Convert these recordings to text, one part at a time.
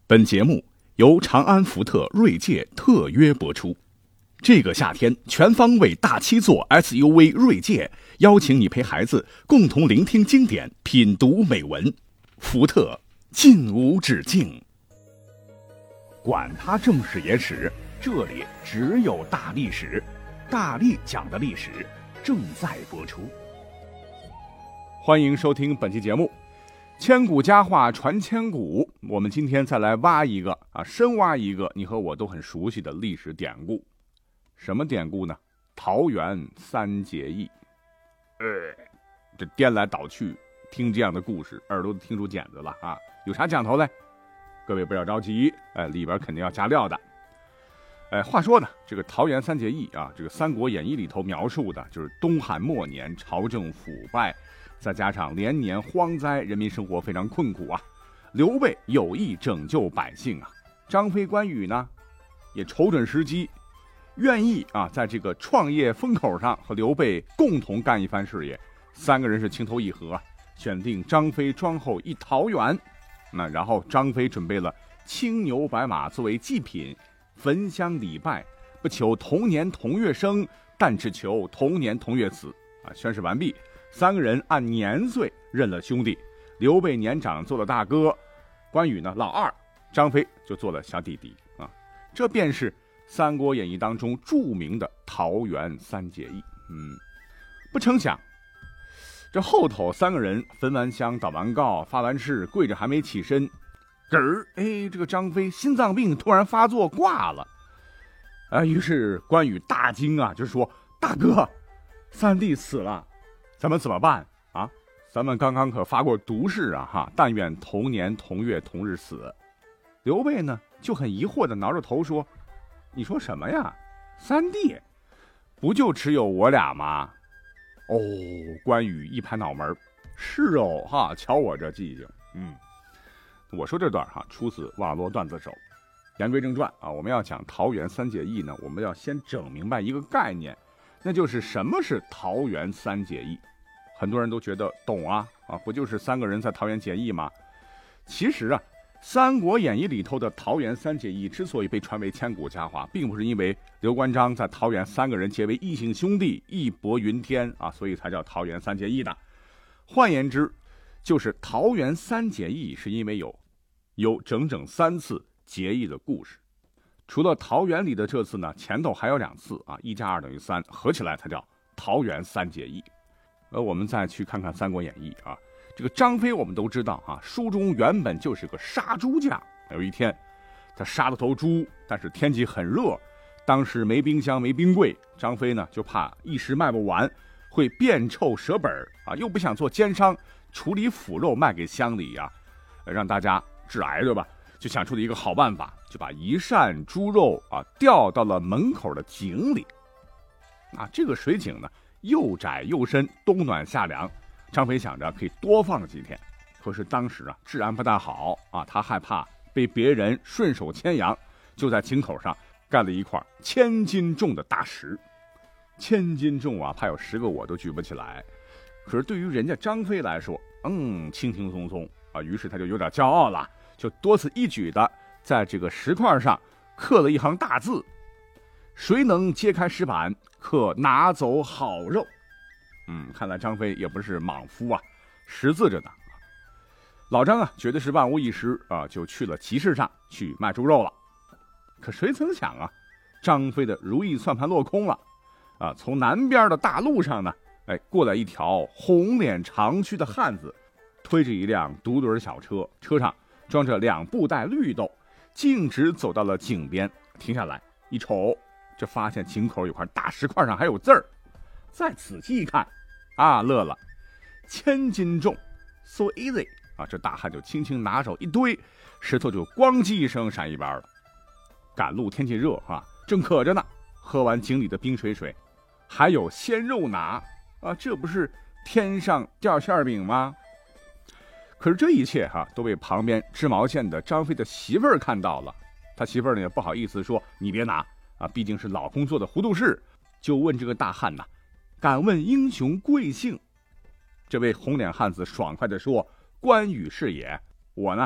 本节目由长安福特锐界特约播出。这个夏天，全方位大七座 SUV 锐界邀请你陪孩子共同聆听经典，品读美文。福特尽无止境。管他正史野史，这里只有大历史。大力讲的历史正在播出。欢迎收听本期节目。千古佳话传千古，我们今天再来挖一个深挖一个你和我都很熟悉的历史典故。什么典故呢？桃园三结义。这颠来倒去听这样的故事，耳朵都听出茧子了啊！有啥讲头嘞？各位不要着急，里边肯定要加料的。话说呢，这个桃园三结义啊，这个《三国演义》里头描述的就是东汉末年朝政腐败，再加上连年荒灾，人民生活非常困苦啊。刘备有意拯救百姓啊，张飞、关羽呢也瞅准时机，愿意在这个创业风口上和刘备共同干一番事业。三个人是情投意合，选定张飞、庄后一桃园。然后张飞准备了青牛白马作为祭品，焚香礼拜，不求同年同月生，但只求同年同月死宣誓完毕，三个人按年岁认了兄弟。刘备年长做了大哥，关羽呢老二，张飞就做了小弟弟这便是《三国演义》当中著名的桃园三结义。不成想这后头三个人焚完香、祷完告、发完誓，跪着还没起身，这个张飞心脏病突然发作挂了。于是关羽大惊就说：“大哥，三弟死了，咱们怎么办啊？咱们刚刚可发过毒誓但愿同年同月同日死。”刘备呢就很疑惑的挠着头说：“你说什么呀？三弟不就只有我俩吗？”关羽一拍脑门：“是瞧我这记性。”我说这段出自网络段子手。言归正传我们要讲桃园三结义呢，我们要先整明白一个概念，那就是什么是桃园三结义。很多人都觉得懂不就是三个人在桃园结义吗？其实《三国演义》里头的桃园三结义之所以被传为千古佳话，并不是因为刘关张在桃园三个人结为异姓兄弟，义薄云天所以才叫桃园三结义的。换言之，就是桃园三结义是因为有整整3次结义的故事。除了桃园里的这次呢，前头还有2次1加2等于3，合起来才叫桃园三结义。我们再去看看《三国演义》这个张飞我们都知道书中原本就是个杀猪匠。有一天他杀了头猪，但是天气很热，当时没冰箱没冰柜，张飞呢就怕一时卖不完会变臭舍本又不想做奸商，处理腐肉卖给乡里让大家致癌，对吧？就想出了一个好办法，就把一扇猪肉吊到了门口的井里。这个水井呢又窄又深，冬暖夏凉，张飞想着可以多放几天。可是当时治安不大好他害怕被别人顺手牵羊，就在井口上盖了一块1000斤重的大石。1000斤重怕有10个我都举不起来。可是对于人家张飞来说轻轻松松于是他就有点骄傲了，就多此一举的在这个石块上刻了一行大字：谁能揭开石板，可拿走好肉。看来张飞也不是莽夫识字着呢。老张觉得是万无一失就去了集市上去卖猪肉了。可谁曾想张飞的如意算盘落空了从南边的大路上呢过来一条红脸长须的汉子，推着一辆独轮小车，车上装着2布袋绿豆，径直走到了井边，停下来一瞅，就发现井口有块大石块上还有字儿。再仔细一看乐了，1000斤重 so easy 这大汉就轻轻拿手一堆，石头就咣叽一声闪一边了。赶路天气热正渴着呢，喝完井里的冰水还有鲜肉拿这不是天上掉馅饼吗？可是这一切都被旁边织毛线的张飞的媳妇儿看到了。他媳妇儿呢也不好意思说你别拿毕竟是老公做的糊涂事，就问这个大汉敢问英雄贵姓？这位红脸汉子爽快地说：关羽是也，我呢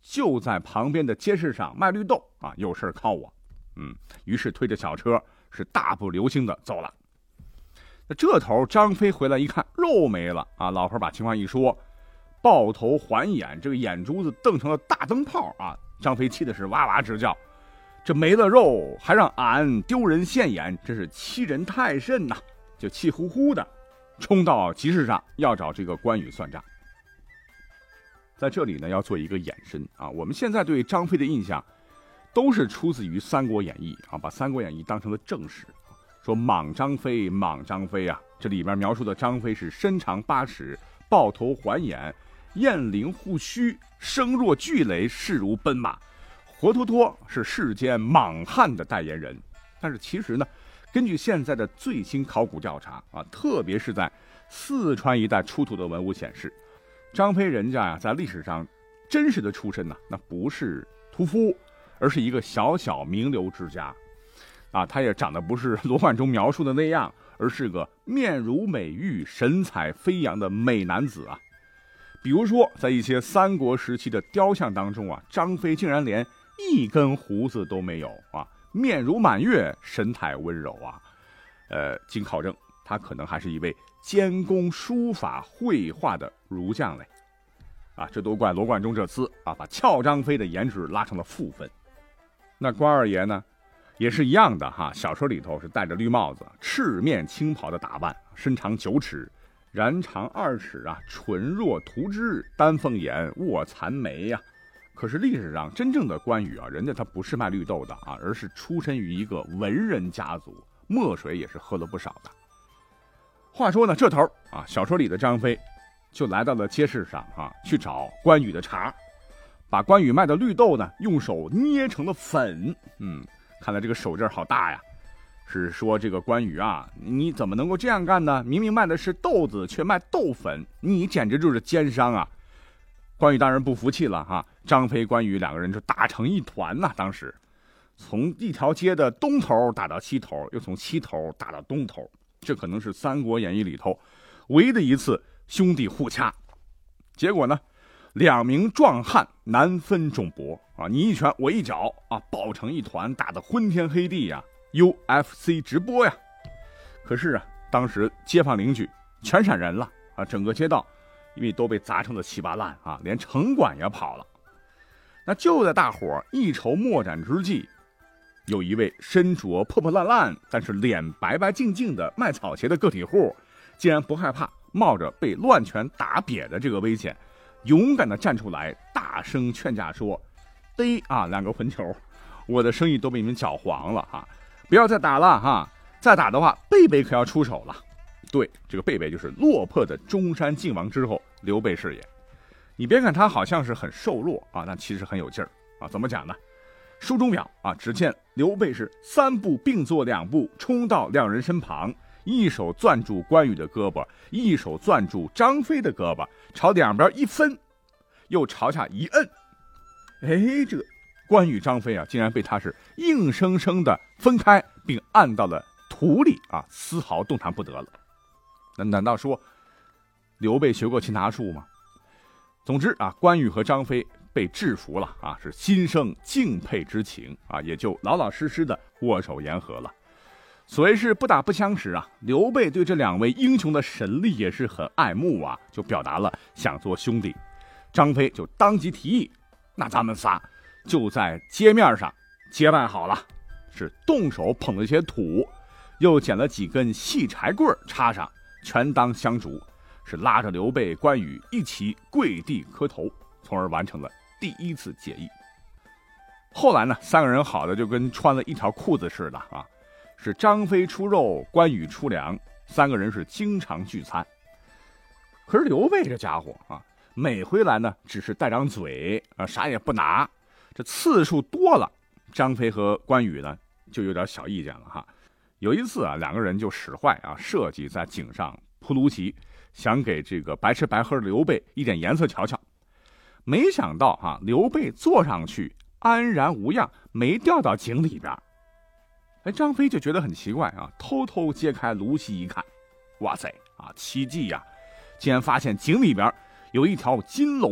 就在旁边的街市上卖绿豆啊，有事靠我。于是推着小车是大步流星的走了。那这头张飞回来一看，肉没了啊！老婆把情况一说，抱头环眼，这个眼珠子瞪成了大灯泡啊！张飞气的是哇哇直叫，这没了肉还让俺丢人现眼，真是欺人太甚呐！就气呼呼的冲到集市上要找这个关羽算账。在这里呢，要做一个延伸啊，我们现在对张飞的印象都是出自于《三国演义》啊，把《三国演义》当成了正史，说莽张飞，莽张飞啊，这里边描述的张飞是身长8尺，抱头环眼，雁翎护须，声若巨雷，势如奔马，活脱脱是世间莽汉的代言人。但是其实呢，根据现在的最新考古调查啊，特别是在四川一带出土的文物显示，张飞人家呀，在历史上真实的出身呢，那不是屠夫，而是一个小小名流之家啊。他也长得不是罗贯中描述的那样，而是个面如美玉、神采飞扬的美男子啊。比如说在一些三国时期的雕像当中啊，张飞竟然连一根胡子都没有啊，面如满月，神态温柔啊。经考证，他可能还是一位兼工书法绘画的儒将嘞。啊，这都怪罗贯中这次啊，把俏张飞的颜值拉成了负分。那关二爷呢，也是一样的哈，小说里头是戴着绿帽子，赤面青袍的打扮，身长9尺，髯长2尺啊，唇若涂脂，丹凤眼，卧蚕眉呀。可是历史上真正的关羽啊，人家他不是卖绿豆的啊，而是出身于一个文人家族，墨水也是喝了不少的。话说呢，这头啊，小说里的张飞就来到了街市上啊，去找关羽的茬，把关羽卖的绿豆呢，用手捏成了粉。看来这个手劲好大呀。是说这个关羽啊，你怎么能够这样干呢？明明卖的是豆子，却卖豆粉，你简直就是奸商啊！关羽当然不服气了哈，张飞、关羽2个人就打成一团呐。当时从一条街的东头打到西头，又从西头打到东头，这可能是《三国演义》里头唯一的一次兄弟互掐。结果呢，2名壮汉难分众伯啊，你一拳我一脚啊，抱成一团，打得昏天黑地呀，UFC 直播呀。可是啊，当时街坊邻居全闪人了啊，整个街道因为都被砸成了稀巴烂啊，连城管也跑了。那就在大伙一筹莫展之际，有一位身着破破烂烂但是脸白白净净的卖草鞋的个体户，竟然不害怕冒着被乱拳打瘪的这个危险，勇敢地站出来，大声劝架说：对啊，2个混球，我的生意都被你们搅黄了哈，不要再打了哈，再打的话贝贝可要出手了。对，这个贝贝就是落魄的中山靖王之后刘备是也。你别看他好像是很瘦弱啊，但其实很有劲儿啊。怎么讲呢？书中表啊，只见刘备是3步并作2步，冲到2人身旁，一手攥住关羽的胳膊，一手攥住张飞的胳膊，朝2边一分，又朝下一摁。这个关羽、张飞啊，竟然被他是硬生生的分开，并按到了土里啊，丝毫动弹不得了。那难道说刘备学过擒拿术吗？总之啊，关羽和张飞被制服了啊，是心生敬佩之情啊，也就老老实实的握手言和了。所谓是不打不相识啊，刘备对这2位英雄的神力也是很爱慕啊，就表达了想做兄弟。张飞就当即提议，那咱们仨就在街面上结拜好了，是动手捧了一些土，又捡了几根细柴棍插上，全当香烛，是拉着刘备、关羽一起跪地磕头，从而完成了第1次结义。后来呢，3个人好的就跟穿了一条裤子似的啊，是张飞出肉，关羽出粮，3个人是经常聚餐。可是刘备这家伙啊，每回来呢只是带张嘴啊，啥也不拿，这次数多了，张飞和关羽呢就有点小意见了哈。有一次啊，2个人就使坏啊，设计在井上铺芦席，想给这个白吃白喝的刘备一点颜色瞧瞧。没想到哈，刘备坐上去安然无恙，没掉到井里边。张飞就觉得很奇怪啊，偷偷揭开芦席一看，哇塞啊，奇迹呀！竟然发现井里边有一条金龙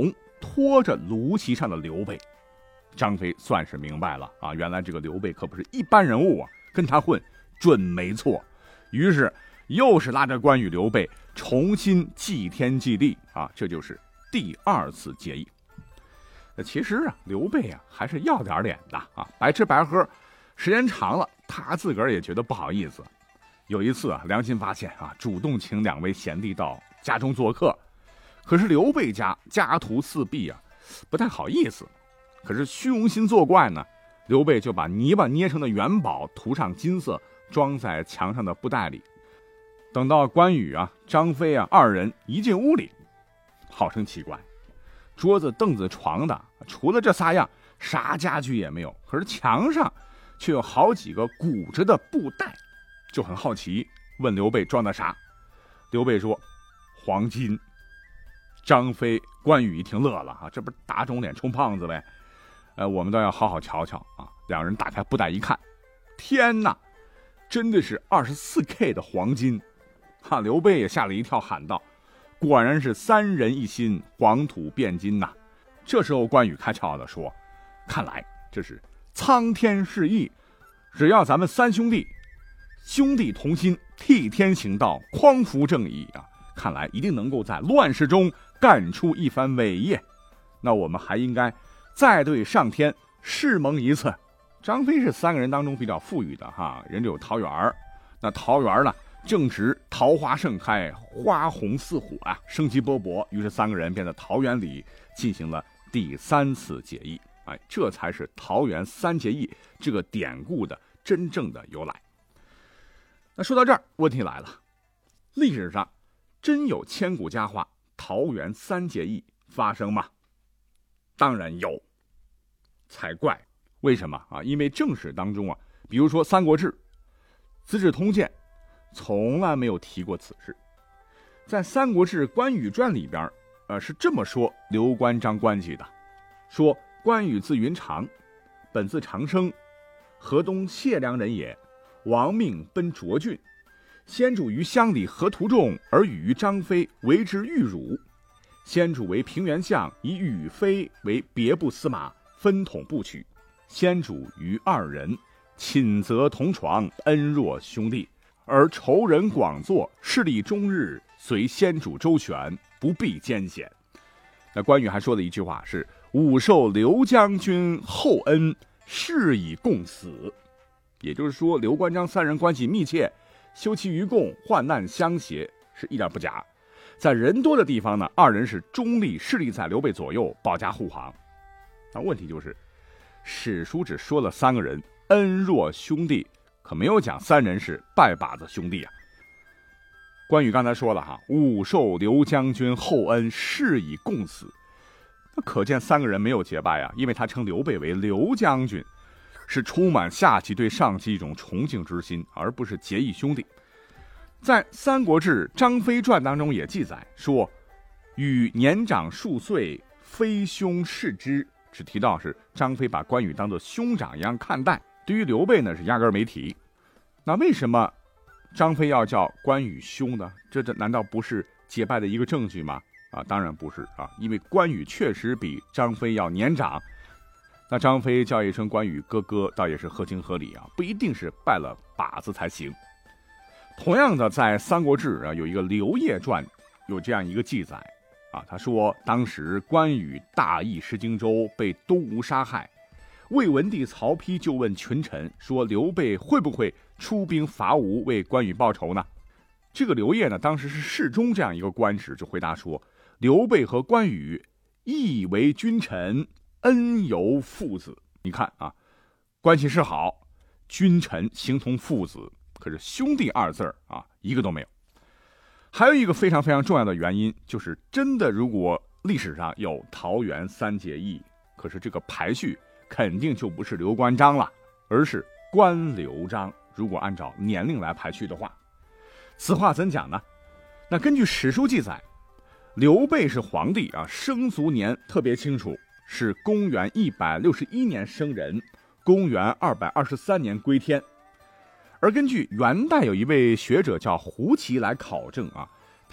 拖着芦席上的刘备。张飞算是明白了啊，原来这个刘备可不是一般人物啊，跟他混准没错。于是又是拉着关羽、刘备重新祭天祭地啊，这就是第2次结义。其实啊，刘备啊还是要点脸的啊，白吃白喝，时间长了，他自个儿也觉得不好意思。有一次啊，良心发现啊，主动请2位贤弟到家中做客，可是刘备家徒四壁啊，不太好意思。可是虚荣心作怪呢，刘备就把泥巴捏成的元宝涂上金色，装在墙上的布袋里。等到关羽啊、张飞啊2人一进屋里，好生奇怪，桌子、凳子、床的，除了这3样，啥家具也没有。可是墙上却有好几个鼓着的布袋，就很好奇，问刘备装的啥？刘备说：黄金。张飞、关羽一听乐了啊，这不是打肿脸充胖子呗？我们倒要好好瞧瞧啊！2人打开布袋一看，天哪，真的是24K 的黄金！哈，刘备也吓了一跳，喊道：果然是3人一心，黄土变金呐！这时候关羽开窍了，说：看来这是苍天示意，只要咱们3兄弟同心，替天行道，匡扶正义啊！看来一定能够在乱世中干出一番伟业。那我们还应该再对上天誓盟一次。张飞是3个人当中比较富裕的哈，人家有桃园，那桃园呢正值桃花盛开，花红似火啊，生机勃勃。于是3个人便在桃园里进行了第3次结义。哎，这才是桃园3结义这个典故的真正的由来。那说到这儿，问题来了，历史上真有千古佳话桃园3结义发生吗？当然有，才怪。为什么啊？因为正史当中啊，比如说《三国志》《资治通鉴》，从来没有提过此事。在《三国志·关羽传》里边，是这么说刘关张关系的：说关羽字云长，本字长生，河东解良人也。亡命奔涿郡，先主于乡里河图众，而与于张飞，为之御辱。先主为平原相，以羽飞为别部司马，分统部曲。先主于2人，寝则同床，恩若兄弟，而仇人广作，势力终日，随先主周旋，不避艰险。那关羽还说了一句话是：吾受刘将军厚恩，誓以共死。也就是说，刘关张3人关系密切，休戚与共，患难相携，是一点不假。在人多的地方呢，2人是中立，势力在刘备左右，保驾护航。那问题就是，史书只说了3个人恩若兄弟，可没有讲3人是拜把子兄弟啊。关羽刚才说了哈，吾受刘将军厚恩，誓以共死。那可见3个人没有结拜啊，因为他称刘备为刘将军，是充满下级对上级一种崇敬之心，而不是结义兄弟。在《三国志·张飞传》当中也记载说，与年长数岁，非兄视之，只提到是张飞把关羽当作兄长一样看待，对于刘备呢是压根没提。那为什么张飞要叫关羽兄呢？这难道不是结拜的一个证据吗？当然不是啊，因为关羽确实比张飞要年长。那张飞叫一声关羽哥哥，倒也是合情合理啊，不一定是拜了把子才行。同样的，在《三国志》有一个刘烨传，有这样一个记载啊，他说当时关羽大意失荆州，被东吴杀害，魏文帝曹丕就问群臣说，刘备会不会出兵伐吴为关羽报仇呢？这个刘烨呢，当时是侍中这样一个官职，就回答说，刘备和关羽亦为君臣，恩犹父子。你看啊，关系是好，君臣形同父子，可是兄弟2字一个都没有。还有一个非常非常重要的原因，就是真的如果历史上有桃园3结义，可是这个排序肯定就不是刘关张了，而是关刘张，如果按照年龄来排序的话。此话怎讲呢？那根据史书记载，刘备是皇帝生卒年特别清楚，是公元161年生人，公元223年归天。而根据元代有一位学者叫胡琦来考证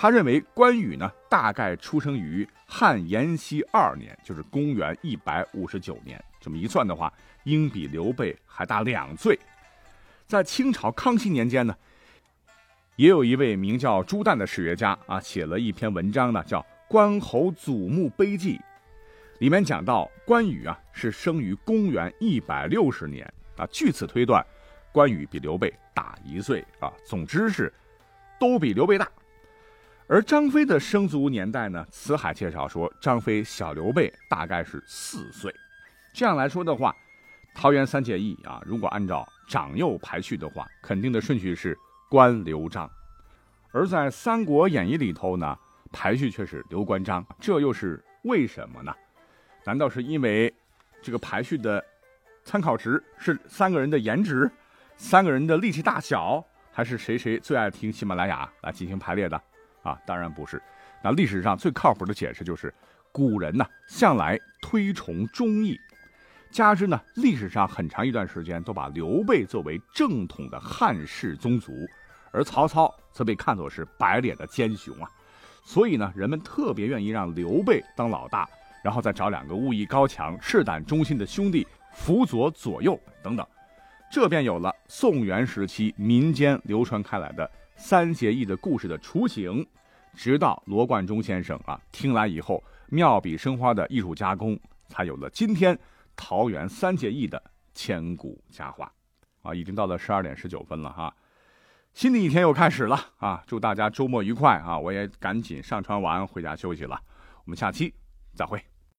他认为关羽呢大概出生于汉延熙2年，就是公元159年，这么一算的话，应比刘备还大2岁。在清朝康熙年间呢，也有一位名叫朱旦的史学家写了一篇文章呢，叫《关侯祖墓碑记》，里面讲到关羽是生于公元160年据此推断，关羽比刘备大1岁总之是都比刘备大。而张飞的生卒年代呢，辞海介绍说张飞小刘备大概是4岁。这样来说的话，桃园三结义如果按照长幼排序的话，肯定的顺序是关刘张。而在《三国演义》里头呢，排序却是刘关张，这又是为什么呢？难道是因为这个排序的参考值是3个人的颜值，3个人的力气大小，还是谁最爱听喜马拉雅来进行排列的当然不是。那历史上最靠谱的解释就是古人向来推崇忠义，加之历史上很长一段时间都把刘备作为正统的汉室宗族，而曹操则被看作是白脸的奸雄所以人们特别愿意让刘备当老大，然后再找2个武艺高强、赤胆忠心的兄弟辅佐左右等等，这便有了宋元时期民间流传开来的三结义的故事的雏形。直到罗贯中先生听来以后妙笔生花的艺术加工，才有了今天桃园三结义的千古佳话已经到了12点19分了新的一天又开始了祝大家周末愉快我也赶紧上传完回家休息了，我们下期再会。